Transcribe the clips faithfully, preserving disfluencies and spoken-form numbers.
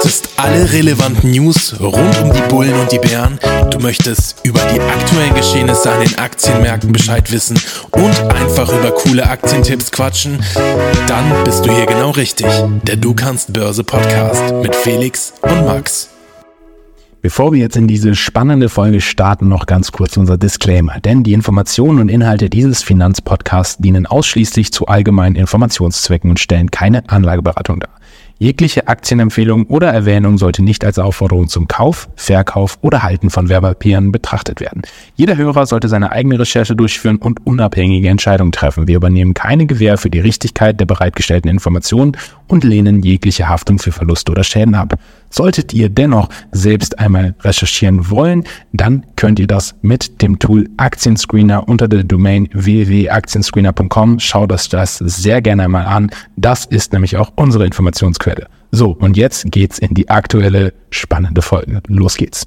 möchtest alle relevanten News rund um die Bullen und die Bären, du möchtest über die aktuellen Geschehnisse an den Aktienmärkten Bescheid wissen und einfach über coole Aktientipps quatschen, dann bist du hier genau richtig. Der Du kannst Börse Podcast mit Felix und Max. Bevor wir jetzt in diese spannende Folge starten, noch ganz kurz unser Disclaimer. Denn die Informationen und Inhalte dieses Finanzpodcasts dienen ausschließlich zu allgemeinen Informationszwecken und stellen keine Anlageberatung dar. Jegliche Aktienempfehlung oder Erwähnung sollte nicht als Aufforderung zum Kauf, Verkauf oder Halten von Wertpapieren betrachtet werden. Jeder Hörer sollte seine eigene Recherche durchführen und unabhängige Entscheidungen treffen. Wir übernehmen keine Gewähr für die Richtigkeit der bereitgestellten Informationen und lehnen jegliche Haftung für Verluste oder Schäden ab. Solltet ihr dennoch selbst einmal recherchieren wollen, dann könnt ihr das mit dem Tool Aktienscreener unter der Domain w w w punkt aktienscreener punkt com. Schaut euch das sehr gerne einmal an. Das ist nämlich auch unsere Informationsquelle. So, und jetzt geht's in die aktuelle spannende Folge. Los geht's.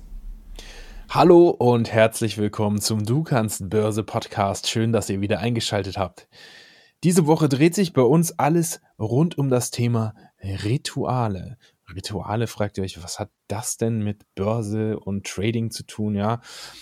Hallo und herzlich willkommen zum Du kannst Börse Podcast. Schön, dass ihr wieder eingeschaltet habt. Diese Woche dreht sich bei uns alles rund um das Thema Rituale. Rituale, fragt ihr euch, was hat das denn mit Börse und Trading zu tun, ja?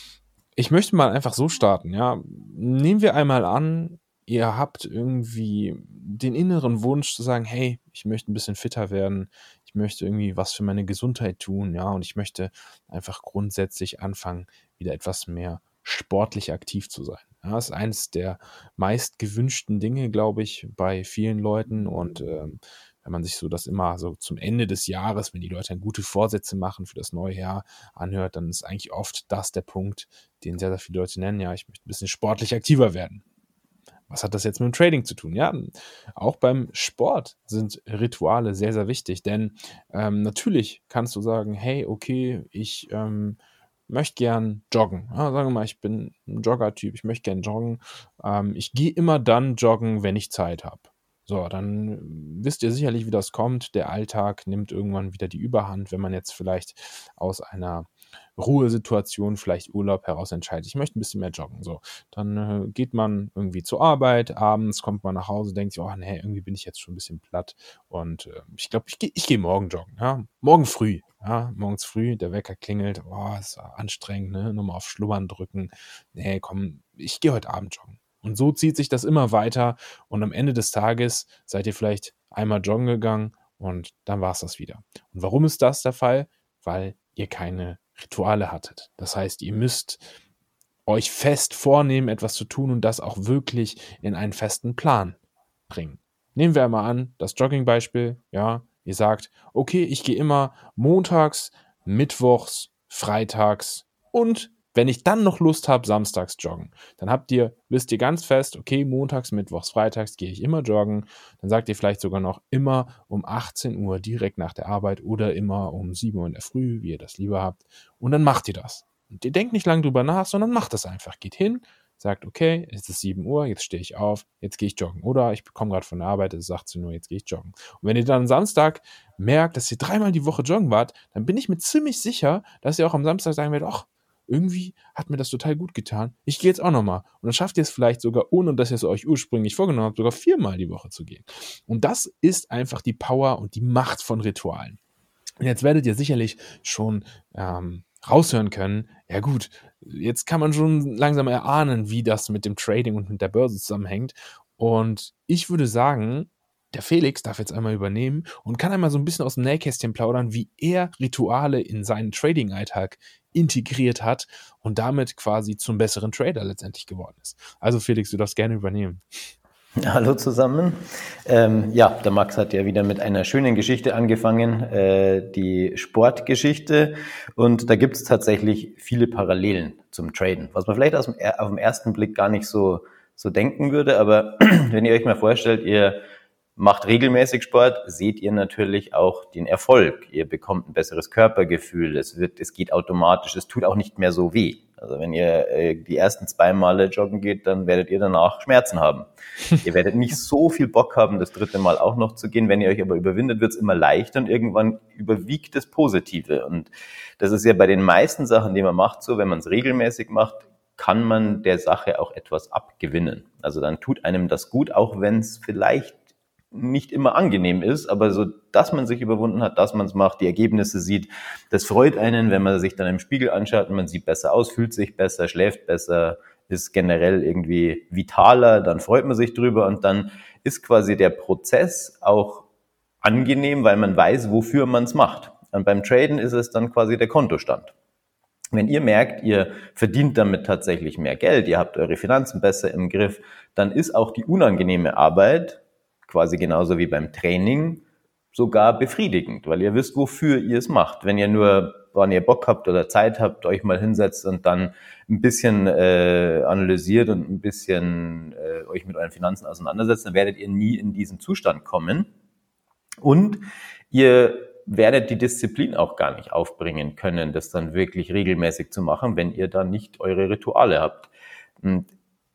Ich möchte mal einfach so starten, ja. Nehmen wir einmal an, ihr habt irgendwie den inneren Wunsch zu sagen, hey, ich möchte ein bisschen fitter werden, ich möchte irgendwie was für meine Gesundheit tun, ja, und ich möchte einfach grundsätzlich anfangen, wieder etwas mehr sportlich aktiv zu sein. Ja, das ist eines der meist gewünschten Dinge, glaube ich, bei vielen Leuten und ähm, wenn man sich so das immer so zum Ende des Jahres, wenn die Leute dann gute Vorsätze machen für das neue Jahr anhört, dann ist eigentlich oft das der Punkt, den sehr, sehr viele Leute nennen, ja, ich möchte ein bisschen sportlich aktiver werden. Was hat das jetzt mit dem Trading zu tun? Ja, auch beim Sport sind Rituale sehr, sehr wichtig, denn ähm, natürlich kannst du sagen, hey, okay, ich ähm, möchte gern joggen. Ja, sagen wir mal, ich bin ein Jogger-Typ, ich möchte gern joggen. Ähm, ich gehe immer dann joggen, wenn ich Zeit habe. So, dann wisst ihr sicherlich, wie das kommt. Der Alltag nimmt irgendwann wieder die Überhand, wenn man jetzt vielleicht aus einer Ruhesituation, vielleicht Urlaub heraus entscheidet, ich möchte ein bisschen mehr joggen. So, dann äh, geht man irgendwie zur Arbeit, abends kommt man nach Hause, denkt sich, oh nee, irgendwie bin ich jetzt schon ein bisschen platt und äh, ich glaube, ich gehe ich geh morgen joggen. Ja? Morgen früh, ja, morgens früh, der Wecker klingelt, oh, ist anstrengend, ne? Nochmal auf Schlummern drücken. Nee, komm, ich gehe heute Abend joggen. Und so zieht sich das immer weiter und am Ende des Tages seid ihr vielleicht einmal joggen gegangen und dann war es das wieder. Und warum ist das der Fall? Weil ihr keine Rituale hattet. Das heißt, ihr müsst euch fest vornehmen, etwas zu tun und das auch wirklich in einen festen Plan bringen. Nehmen wir einmal an, das Jogging-Beispiel, ja, ihr sagt, okay, ich gehe immer montags, mittwochs, freitags und wenn ich dann noch Lust habe, samstags joggen, dann habt ihr, wisst ihr ganz fest, okay, montags, mittwochs, freitags gehe ich immer joggen. Dann sagt ihr vielleicht sogar noch immer um achtzehn Uhr direkt nach der Arbeit oder immer um sieben Uhr in der Früh, wie ihr das lieber habt. Und dann macht ihr das. Und ihr denkt nicht lange drüber nach, sondern macht das einfach. Geht hin, sagt, okay, es ist sieben Uhr, jetzt stehe ich auf, jetzt gehe ich joggen. Oder ich komme gerade von der Arbeit, es ist achtzehn Uhr, jetzt gehe ich joggen. Und wenn ihr dann am Samstag merkt, dass ihr dreimal die Woche joggen wart, dann bin ich mir ziemlich sicher, dass ihr auch am Samstag sagen werdet, ach, irgendwie hat mir das total gut getan. Ich gehe jetzt auch nochmal. Und dann schafft ihr es vielleicht sogar, ohne dass ihr es euch ursprünglich vorgenommen habt, sogar viermal die Woche zu gehen. Und das ist einfach die Power und die Macht von Ritualen. Und jetzt werdet ihr sicherlich schon ähm, raushören können, ja gut, jetzt kann man schon langsam erahnen, wie das mit dem Trading und mit der Börse zusammenhängt. Und ich würde sagen, der Felix darf jetzt einmal übernehmen und kann einmal so ein bisschen aus dem Nähkästchen plaudern, wie er Rituale in seinen Trading-Alltag integriert hat und damit quasi zum besseren Trader letztendlich geworden ist. Also Felix, du darfst gerne übernehmen. Hallo zusammen. Ähm, ja, der Max hat ja wieder mit einer schönen Geschichte angefangen, äh, die Sportgeschichte. Und da gibt es tatsächlich viele Parallelen zum Traden, was man vielleicht aus dem, auf den ersten Blick gar nicht so, so denken würde. Aber wenn ihr euch mal vorstellt, ihr macht regelmäßig Sport, seht ihr natürlich auch den Erfolg. Ihr bekommt ein besseres Körpergefühl, es wird, es geht automatisch, es tut auch nicht mehr so weh. Also wenn ihr äh, die ersten zwei Male joggen geht, dann werdet ihr danach Schmerzen haben. Ihr werdet nicht so viel Bock haben, das dritte Mal auch noch zu gehen. Wenn ihr euch aber überwindet, wird es immer leichter und irgendwann überwiegt das Positive. Und das ist ja bei den meisten Sachen, die man macht, so, wenn man es regelmäßig macht, kann man der Sache auch etwas abgewinnen. Also dann tut einem das gut, auch wenn es vielleicht nicht immer angenehm ist, aber so, dass man sich überwunden hat, dass man es macht, die Ergebnisse sieht, das freut einen, wenn man sich dann im Spiegel anschaut und man sieht besser aus, fühlt sich besser, schläft besser, ist generell irgendwie vitaler, dann freut man sich drüber und dann ist quasi der Prozess auch angenehm, weil man weiß, wofür man es macht. Und beim Traden ist es dann quasi der Kontostand. Wenn ihr merkt, ihr verdient damit tatsächlich mehr Geld, ihr habt eure Finanzen besser im Griff, dann ist auch die unangenehme Arbeit quasi genauso wie beim Training sogar befriedigend, weil ihr wisst, wofür ihr es macht. Wenn ihr nur, wann ihr Bock habt oder Zeit habt, euch mal hinsetzt und dann ein bisschen äh, analysiert und ein bisschen äh, euch mit euren Finanzen auseinandersetzt, dann werdet ihr nie in diesen Zustand kommen und ihr werdet die Disziplin auch gar nicht aufbringen können, das dann wirklich regelmäßig zu machen, wenn ihr dann nicht eure Rituale habt. Und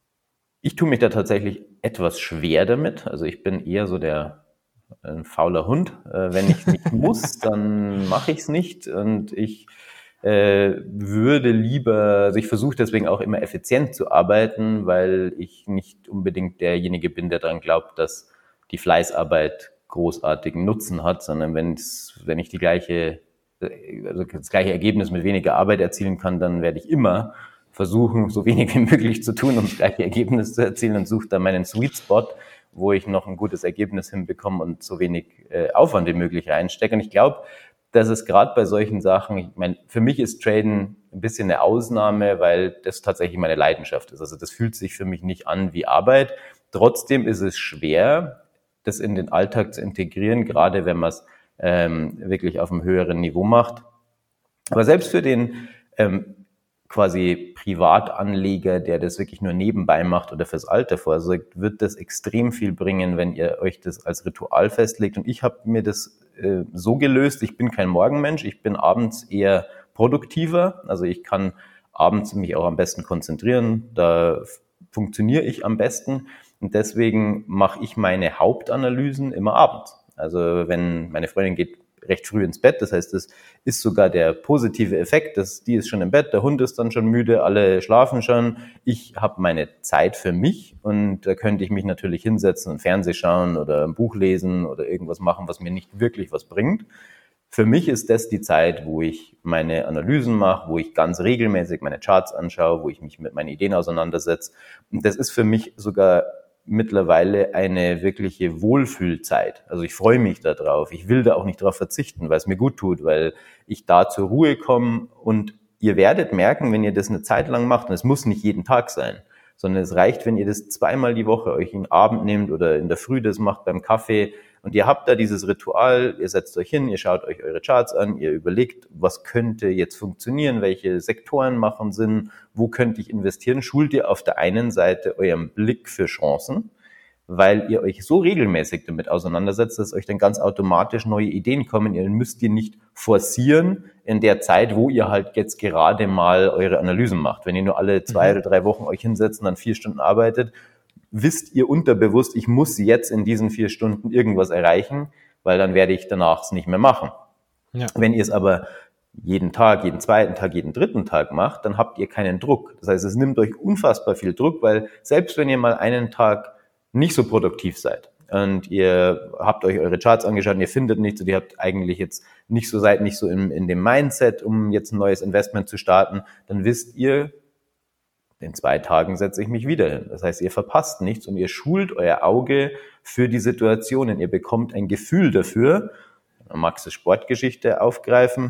ich tue mich da tatsächlich etwas schwer damit. Also ich bin eher so der ein fauler Hund. Äh, wenn ich nicht muss, dann mache ich es nicht. Und ich äh, würde lieber, also ich versuche deswegen auch immer effizient zu arbeiten, weil ich nicht unbedingt derjenige bin, der daran glaubt, dass die Fleißarbeit großartigen Nutzen hat, sondern wenn's, wenn ich die gleiche, also das gleiche Ergebnis mit weniger Arbeit erzielen kann, dann werde ich immer versuchen, so wenig wie möglich zu tun, um das gleiche Ergebnis zu erzielen und suche dann meinen Sweet Spot, wo ich noch ein gutes Ergebnis hinbekomme und so wenig äh, Aufwand wie möglich reinstecke. Und ich glaube, dass es gerade bei solchen Sachen, ich meine, für mich ist Traden ein bisschen eine Ausnahme, weil das tatsächlich meine Leidenschaft ist. Also das fühlt sich für mich nicht an wie Arbeit. Trotzdem ist es schwer, das in den Alltag zu integrieren, gerade wenn man es ähm, wirklich auf einem höheren Niveau macht. Aber selbst für den ähm, quasi Privatanleger, der das wirklich nur nebenbei macht oder fürs Alter vorsorgt, wird das extrem viel bringen, wenn ihr euch das als Ritual festlegt. Und ich habe mir das äh, so gelöst, ich bin kein Morgenmensch, ich bin abends eher produktiver. Also ich kann abends mich auch am besten konzentrieren, da funktioniere ich am besten. Und deswegen mache ich meine Hauptanalysen immer abends. Also wenn meine Freundin geht recht früh ins Bett, das heißt, das ist sogar der positive Effekt, dass die ist schon im Bett, der Hund ist dann schon müde, alle schlafen schon. Ich habe meine Zeit für mich und da könnte ich mich natürlich hinsetzen und Fernseh schauen oder ein Buch lesen oder irgendwas machen, was mir nicht wirklich was bringt. Für mich ist das die Zeit, wo ich meine Analysen mache, wo ich ganz regelmäßig meine Charts anschaue, wo ich mich mit meinen Ideen auseinandersetze. Und das ist für mich sogar mittlerweile eine wirkliche Wohlfühlzeit. Also ich freue mich da drauf. Ich will da auch nicht drauf verzichten, weil es mir gut tut, weil ich da zur Ruhe komme. Und ihr werdet merken, wenn ihr das eine Zeit lang macht, und es muss nicht jeden Tag sein, sondern es reicht, wenn ihr das zweimal die Woche euch in den Abend nehmt oder in der Früh das macht beim Kaffee und ihr habt da dieses Ritual, ihr setzt euch hin, ihr schaut euch eure Charts an, ihr überlegt, was könnte jetzt funktionieren, welche Sektoren machen Sinn, wo könnte ich investieren, schult ihr auf der einen Seite euren Blick für Chancen, weil ihr euch so regelmäßig damit auseinandersetzt, dass euch dann ganz automatisch neue Ideen kommen. Ihr müsst ihr nicht forcieren in der Zeit, wo ihr halt jetzt gerade mal eure Analysen macht. Wenn ihr nur alle zwei mhm. oder drei Wochen euch hinsetzt und dann vier Stunden arbeitet, wisst ihr unterbewusst, ich muss jetzt in diesen vier Stunden irgendwas erreichen, weil dann werde ich danach es nicht mehr machen. Ja. Wenn ihr es aber jeden Tag, jeden zweiten Tag, jeden dritten Tag macht, dann habt ihr keinen Druck. Das heißt, es nimmt euch unfassbar viel Druck, weil selbst wenn ihr mal einen Tag nicht so produktiv seid und ihr habt euch eure Charts angeschaut und ihr findet nichts und ihr habt eigentlich jetzt nicht so, seid nicht so in, in dem Mindset, um jetzt ein neues Investment zu starten, dann wisst ihr, in zwei Tagen setze ich mich wieder hin. Das heißt, ihr verpasst nichts und ihr schult euer Auge für die Situationen. Ihr bekommt ein Gefühl dafür. Magst du Sportgeschichte aufgreifen?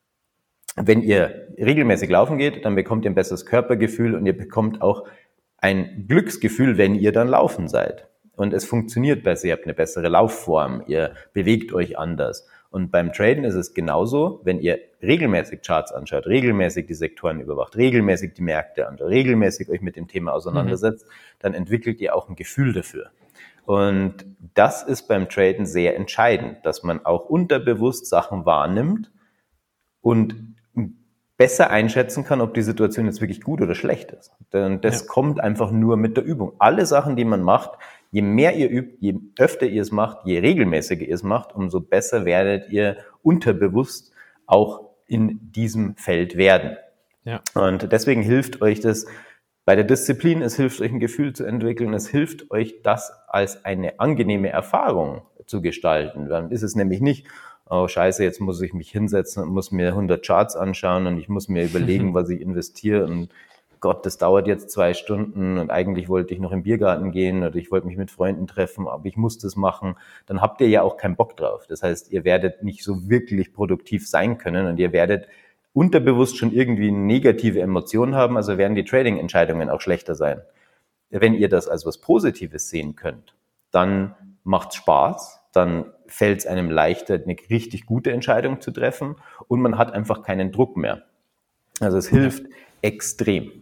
Wenn ihr regelmäßig laufen geht, dann bekommt ihr ein besseres Körpergefühl und ihr bekommt auch ein Glücksgefühl, wenn ihr dann laufen seid. Und es funktioniert besser, ihr habt eine bessere Laufform, ihr bewegt euch anders. Und beim Traden ist es genauso, wenn ihr regelmäßig Charts anschaut, regelmäßig die Sektoren überwacht, regelmäßig die Märkte anschaut, regelmäßig euch mit dem Thema auseinandersetzt, mhm. dann entwickelt ihr auch ein Gefühl dafür. Und das ist beim Traden sehr entscheidend, dass man auch unterbewusst Sachen wahrnimmt und besser einschätzen kann, ob die Situation jetzt wirklich gut oder schlecht ist. Denn das ja. kommt einfach nur mit der Übung. Alle Sachen, die man macht, je mehr ihr übt, je öfter ihr es macht, je regelmäßiger ihr es macht, umso besser werdet ihr unterbewusst auch in diesem Feld werden. Ja. Und deswegen hilft euch das Bei der Disziplin, es hilft euch ein Gefühl zu entwickeln, es hilft euch, das als eine angenehme Erfahrung zu gestalten. Dann ist es nämlich nicht, oh scheiße, jetzt muss ich mich hinsetzen und muss mir hundert Charts anschauen und ich muss mir überlegen, was ich investiere und Gott, das dauert jetzt zwei Stunden und eigentlich wollte ich noch im Biergarten gehen oder ich wollte mich mit Freunden treffen, aber ich muss das machen. Dann habt ihr ja auch keinen Bock drauf. Das heißt, ihr werdet nicht so wirklich produktiv sein können und ihr werdet unterbewusst schon irgendwie negative Emotionen haben, also werden die Trading-Entscheidungen auch schlechter sein. Wenn ihr das als was Positives sehen könnt, dann macht's Spaß, dann fällt es einem leichter, eine richtig gute Entscheidung zu treffen und man hat einfach keinen Druck mehr. Also es hilft extrem.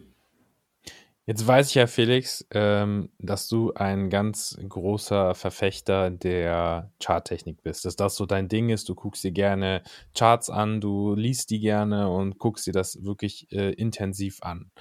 Jetzt weiß ich ja, Felix, ähm, dass du ein ganz großer Verfechter der Charttechnik bist, dass das so dein Ding ist. Du guckst dir gerne Charts an, du liest die gerne und guckst dir das wirklich äh, intensiv an.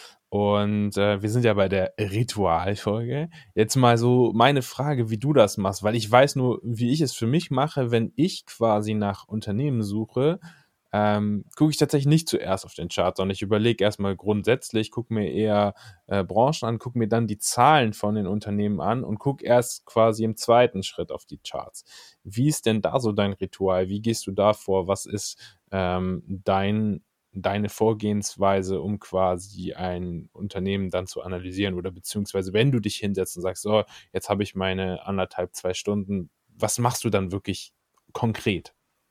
Und äh, wir sind ja bei der Ritualfolge. Jetzt mal so meine Frage, wie du das machst, weil ich weiß nur, wie ich es für mich mache, wenn ich quasi nach Unternehmen suche, ähm, gucke ich tatsächlich nicht zuerst auf den Chart, sondern ich überlege erstmal grundsätzlich, gucke mir eher äh, Branchen an, gucke mir dann die Zahlen von den Unternehmen an und gucke erst quasi im zweiten Schritt auf die Charts. Wie ist denn da so dein Ritual? Wie gehst du da vor? Was ist ähm, dein, deine Vorgehensweise, um quasi ein Unternehmen dann zu analysieren? Oder beziehungsweise, wenn du dich hinsetzt und sagst, so, jetzt habe ich meine anderthalb, zwei Stunden, was machst du dann wirklich konkret?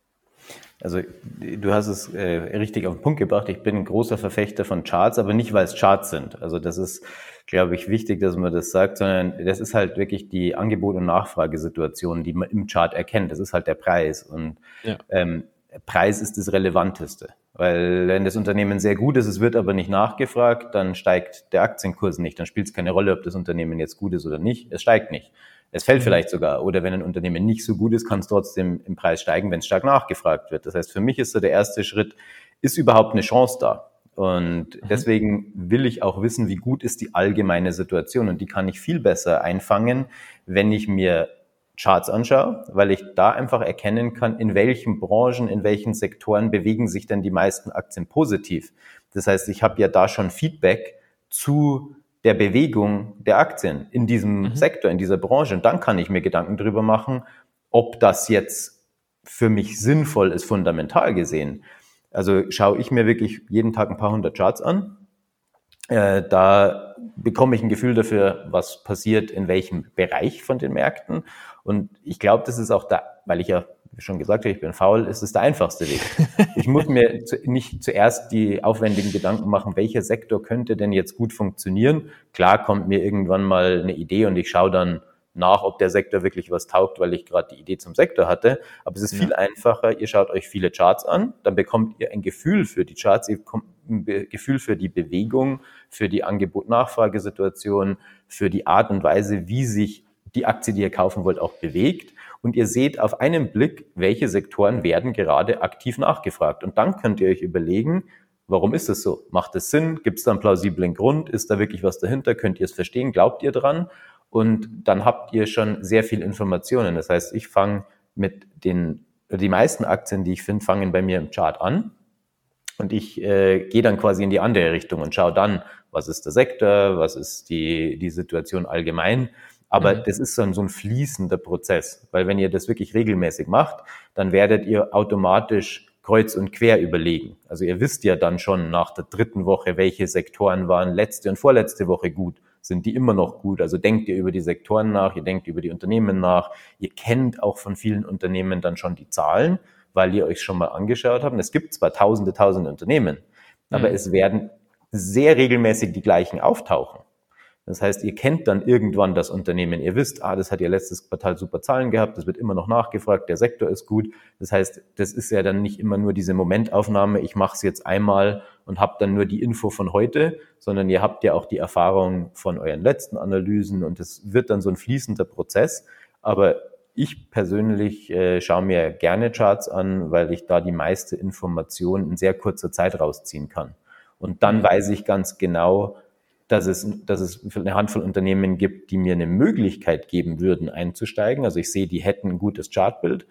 Also du hast es äh, richtig auf den Punkt gebracht. Ich bin ein großer Verfechter von Charts, aber nicht, weil es Charts sind. Also das ist, glaube ich, wichtig, dass man das sagt, sondern das ist halt wirklich die Angebot- und Nachfragesituation, die man im Chart erkennt. Das ist halt der Preis. Und ja. ähm, Preis ist das Relevanteste. Weil wenn das Unternehmen sehr gut ist, es wird aber nicht nachgefragt, dann steigt der Aktienkurs nicht. Dann spielt es keine Rolle, ob das Unternehmen jetzt gut ist oder nicht. Es steigt nicht. Es fällt vielleicht sogar. Oder wenn ein Unternehmen nicht so gut ist, kann es trotzdem im Preis steigen, wenn es stark nachgefragt wird. Das heißt, für mich ist so der erste Schritt, ist überhaupt eine Chance da? Und deswegen will ich auch wissen, wie gut ist die allgemeine Situation. Und die kann ich viel besser einfangen, wenn ich mir Charts anschaue, weil ich da einfach erkennen kann, in welchen Branchen, in welchen Sektoren bewegen sich denn die meisten Aktien positiv. Das heißt, ich habe ja da schon Feedback zu der Bewegung der Aktien in diesem mhm. Sektor, in dieser Branche. Und dann kann ich mir Gedanken darüber machen, ob das jetzt für mich sinnvoll ist, fundamental gesehen. Also schaue ich mir wirklich jeden Tag ein paar hundert Charts an. Äh, da bekomme ich ein Gefühl dafür, was passiert in welchem Bereich von den Märkten. Und ich glaube, das ist auch da, weil ich ja schon gesagt habe, ich bin faul, ist es der einfachste Weg. Ich muss mir zu, nicht zuerst die aufwendigen Gedanken machen, welcher Sektor könnte denn jetzt gut funktionieren. Klar kommt mir irgendwann mal eine Idee und ich schaue dann nach, ob der Sektor wirklich was taugt, weil ich gerade die Idee zum Sektor hatte. Aber es ist ja. viel einfacher, ihr schaut euch viele Charts an, dann bekommt ihr ein Gefühl für die Charts, ihr bekommt ein Be- Gefühl für die Bewegung, für die Angebot-Nachfragesituation, für die Art und Weise, wie sich die Aktie, die ihr kaufen wollt, auch bewegt. Und ihr seht auf einen Blick, welche Sektoren werden gerade aktiv nachgefragt. Und dann könnt ihr euch überlegen, warum ist das so? Macht es Sinn? Gibt es da einen plausiblen Grund? Ist da wirklich was dahinter? Könnt ihr es verstehen? Glaubt ihr dran? Und dann habt ihr schon sehr viel Informationen. Das heißt, ich fange mit den, die meisten Aktien, die ich finde, fangen bei mir im Chart an. Und ich äh, gehe dann quasi in die andere Richtung und schaue dann, was ist der Sektor, was ist die, die Situation allgemein. Aber mhm. das ist dann so ein fließender Prozess, weil wenn ihr das wirklich regelmäßig macht, dann werdet ihr automatisch kreuz und quer überlegen. Also ihr wisst ja dann schon nach der dritten Woche, welche Sektoren waren letzte und vorletzte Woche gut. Sind die immer noch gut? Also denkt ihr über die Sektoren nach, ihr denkt über die Unternehmen nach. Ihr kennt auch von vielen Unternehmen dann schon die Zahlen, weil ihr euch schon mal angeschaut habt. Es gibt zwar tausende, tausende Unternehmen, aber mhm. es werden sehr regelmäßig die gleichen auftauchen. Das heißt, ihr kennt dann irgendwann das Unternehmen. Ihr wisst, ah, das hat ja letztes Quartal super Zahlen gehabt, das wird immer noch nachgefragt, der Sektor ist gut. Das heißt, das ist ja dann nicht immer nur diese Momentaufnahme, ich mache es jetzt einmal und habe dann nur die Info von heute, sondern ihr habt ja auch die Erfahrung von euren letzten Analysen und es wird dann so ein fließender Prozess. Aber ich persönlich äh, schaue mir gerne Charts an, weil ich da die meiste Information in sehr kurzer Zeit rausziehen kann. Und dann weiß ich ganz genau, dass es, dass es eine Handvoll Unternehmen gibt, die mir eine Möglichkeit geben würden, einzusteigen. Also ich sehe, die hätten ein gutes Chartbild,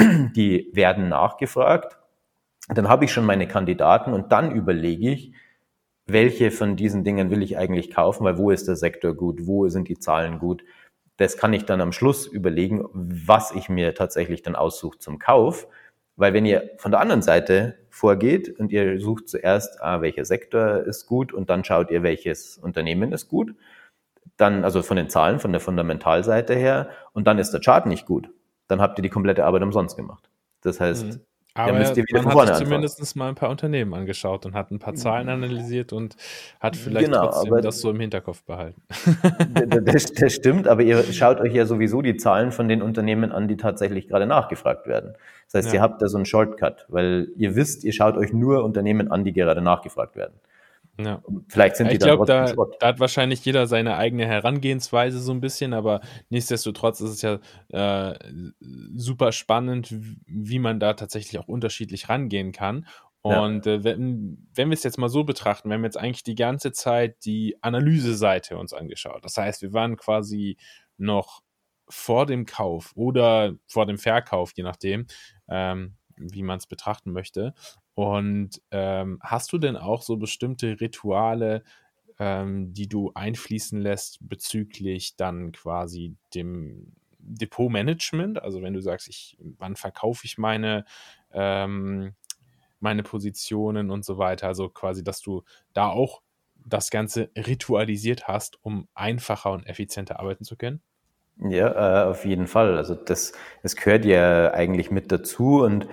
die werden nachgefragt. Dann habe ich schon meine Kandidaten und dann überlege ich, welche von diesen Dingen will ich eigentlich kaufen, weil wo ist der Sektor gut, wo sind die Zahlen gut. Das kann ich dann am Schluss überlegen, was ich mir tatsächlich dann aussuche zum Kauf. Weil wenn ihr von der anderen Seite vorgeht und ihr sucht zuerst, ah, welcher Sektor ist gut und dann schaut ihr, welches Unternehmen ist gut, dann, also von den Zahlen, von der Fundamentalseite her, und dann ist der Chart nicht gut, dann habt ihr die komplette Arbeit umsonst gemacht. Das heißt, Mhm. dann Aber müsst ihr wieder man von hat vorne sich anfangen. zumindest mal ein paar Unternehmen angeschaut und hat ein paar Zahlen analysiert und hat vielleicht Genau, trotzdem aber das so im Hinterkopf behalten. D- d- Das, das stimmt, aber ihr schaut euch ja sowieso die Zahlen von den Unternehmen an, die tatsächlich gerade nachgefragt werden. Das heißt, Ja. ihr habt da so einen Shortcut, weil ihr wisst, ihr schaut euch nur Unternehmen an, die gerade nachgefragt werden. Ja. Und vielleicht sind Ja, die ich dann glaube, trotzdem da, Schrott. da hat wahrscheinlich jeder seine eigene Herangehensweise so ein bisschen, aber nichtsdestotrotz ist es ja äh, super spannend, w- wie man da tatsächlich auch unterschiedlich rangehen kann. Ja. Und äh, wenn, wenn wir es jetzt mal so betrachten, wir haben jetzt eigentlich die ganze Zeit die Analyseseite uns angeschaut. Das heißt, wir waren quasi noch vor dem Kauf oder vor dem Verkauf, je nachdem, ähm, wie man es betrachten möchte. Und ähm, hast du denn auch so bestimmte Rituale, ähm, die du einfließen lässt bezüglich dann quasi dem Depotmanagement? Also wenn du sagst, ich, wann verkaufe ich meine, ähm, meine Positionen und so weiter. Also quasi, dass du da auch das Ganze ritualisiert hast, um einfacher und effizienter arbeiten zu können? Ja, äh, auf jeden Fall. Also das, das gehört ja eigentlich mit dazu. Und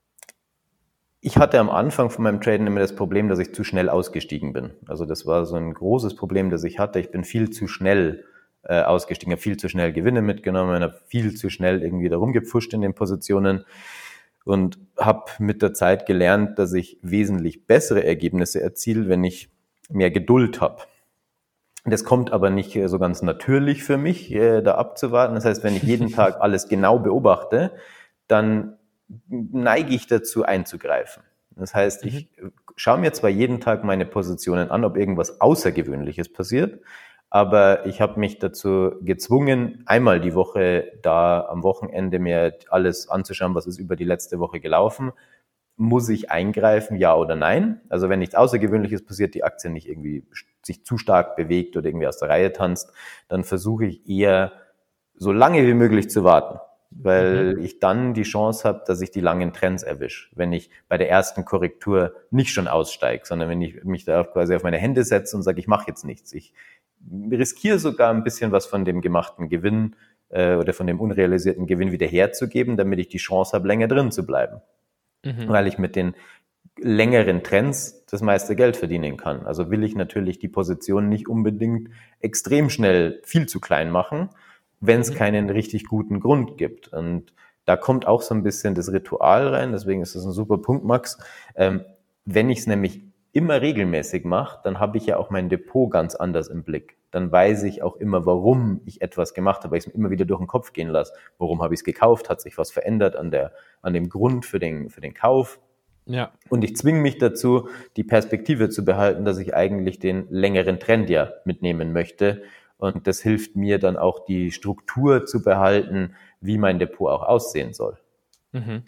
ich hatte am Anfang von meinem Traden immer das Problem, dass ich zu schnell ausgestiegen bin. Also das war so ein großes Problem, das ich hatte. Ich bin viel zu schnell äh, ausgestiegen, habe viel zu schnell Gewinne mitgenommen, habe viel zu schnell irgendwie da rumgepfuscht in den Positionen und habe mit der Zeit gelernt, dass ich wesentlich bessere Ergebnisse erziele, wenn ich mehr Geduld habe. Das kommt aber nicht äh, so ganz natürlich für mich, äh, da abzuwarten. Das heißt, wenn ich jeden Tag alles genau beobachte, dann neige ich dazu einzugreifen. Das heißt, Mhm. ich schaue mir zwar jeden Tag meine Positionen an, ob irgendwas Außergewöhnliches passiert, aber ich habe mich dazu gezwungen, einmal die Woche da am Wochenende mir alles anzuschauen, was ist über die letzte Woche gelaufen. Muss ich eingreifen, ja oder nein? Also wenn nichts Außergewöhnliches passiert, die Aktie nicht irgendwie sich zu stark bewegt oder irgendwie aus der Reihe tanzt, dann versuche ich eher so lange wie möglich zu warten, weil Mhm. ich dann die Chance habe, dass ich die langen Trends erwische. Wenn ich bei der ersten Korrektur nicht schon aussteige, sondern wenn ich mich da quasi auf meine Hände setze und sage, ich mache jetzt nichts. Ich riskiere sogar ein bisschen was von dem gemachten Gewinn äh, oder von dem unrealisierten Gewinn wieder herzugeben, damit ich die Chance habe, länger drin zu bleiben. Mhm. Weil ich mit den längeren Trends das meiste Geld verdienen kann. Also will ich natürlich die Position nicht unbedingt extrem schnell viel zu klein machen, wenn es Mhm. keinen richtig guten Grund gibt. Und da kommt auch so ein bisschen das Ritual rein, deswegen ist das ein super Punkt, Max. Ähm, wenn ich es nämlich immer regelmäßig mache, dann habe ich ja auch mein Depot ganz anders im Blick. Dann weiß ich auch immer, warum ich etwas gemacht habe, weil ich es mir immer wieder durch den Kopf gehen lasse. Warum habe ich es gekauft? Hat sich was verändert an der, an dem Grund für den, für den Kauf? Ja. Und ich zwinge mich dazu, die Perspektive zu behalten, dass ich eigentlich den längeren Trend ja mitnehmen möchte. Und das hilft mir dann auch, die Struktur zu behalten, wie mein Depot auch aussehen soll. Mhm.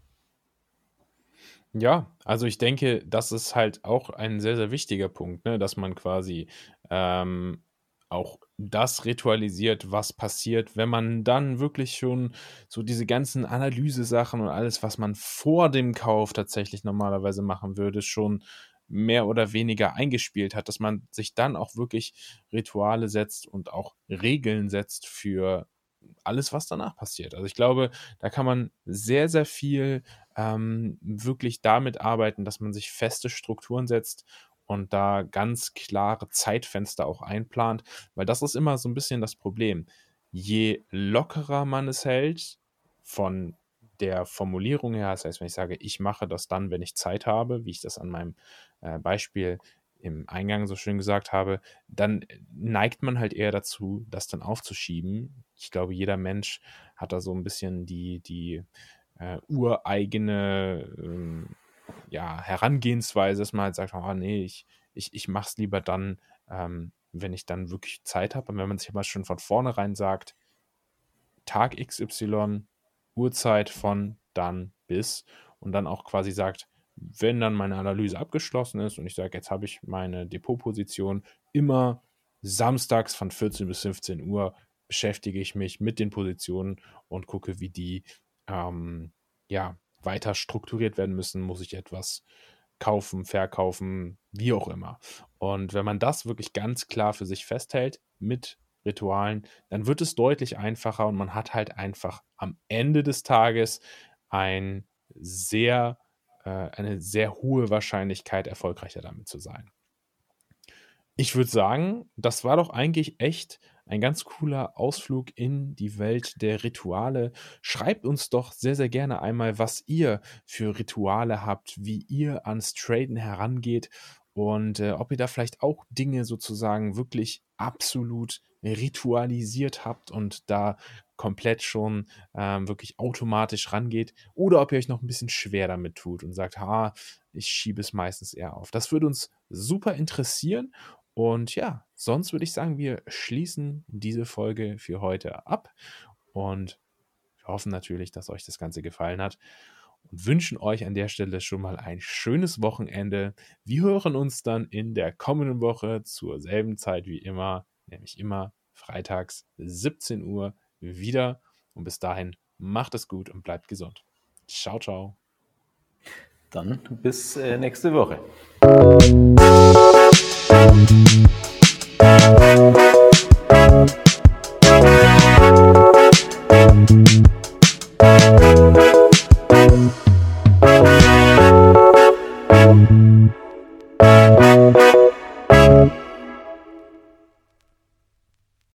Ja, also ich denke, das ist halt auch ein sehr, sehr wichtiger Punkt, ne, dass man quasi ähm, auch das ritualisiert, was passiert, wenn man dann wirklich schon so diese ganzen Analysesachen und alles, was man vor dem Kauf tatsächlich normalerweise machen würde, schon mehr oder weniger eingespielt hat, dass man sich dann auch wirklich Rituale setzt und auch Regeln setzt für alles, was danach passiert. Also ich glaube, da kann man sehr, sehr viel ähm, wirklich damit arbeiten, dass man sich feste Strukturen setzt und da ganz klare Zeitfenster auch einplant, weil das ist immer so ein bisschen das Problem. Je lockerer man es hält, von der Formulierung her, das heißt, wenn ich sage, ich mache das dann, wenn ich Zeit habe, wie ich das an meinem äh, Beispiel im Eingang so schön gesagt habe, dann neigt man halt eher dazu, das dann aufzuschieben. Ich glaube, jeder Mensch hat da so ein bisschen die, die äh, ureigene ähm, ja, Herangehensweise, dass man halt sagt, oh nee, ich, ich, ich mache es lieber dann, ähm, wenn ich dann wirklich Zeit habe. Und wenn man sich aber schon von vornherein sagt, Tag X Y, Uhrzeit von dann bis und dann auch quasi sagt, wenn dann meine Analyse abgeschlossen ist und ich sage, jetzt habe ich meine Depotposition, immer samstags von vierzehn bis fünfzehn Uhr beschäftige ich mich mit den Positionen und gucke, wie die ähm, ja, weiter strukturiert werden müssen. Muss ich etwas kaufen, verkaufen, wie auch immer. Und wenn man das wirklich ganz klar für sich festhält mit Ritualen, dann wird es deutlich einfacher und man hat halt einfach am Ende des Tages ein sehr, äh, eine sehr hohe Wahrscheinlichkeit, erfolgreicher damit zu sein. Ich würde sagen, das war doch eigentlich echt ein ganz cooler Ausflug in die Welt der Rituale. Schreibt uns doch sehr, sehr gerne einmal, was ihr für Rituale habt, wie ihr ans Traden herangeht und äh, ob ihr da vielleicht auch Dinge sozusagen wirklich absolut ritualisiert habt und da komplett schon ähm, wirklich automatisch rangeht oder ob ihr euch noch ein bisschen schwer damit tut und sagt, ha, ich schiebe es meistens eher auf. Das würde uns super interessieren. Und ja, sonst würde ich sagen, wir schließen diese Folge für heute ab und wir hoffen natürlich, dass euch das Ganze gefallen hat und wünschen euch an der Stelle schon mal ein schönes Wochenende. Wir hören uns dann in der kommenden Woche zur selben Zeit wie immer, nämlich immer freitags siebzehn Uhr wieder. Und bis dahin macht es gut und bleibt gesund. Ciao, ciao. Dann bis äh, nächste Woche.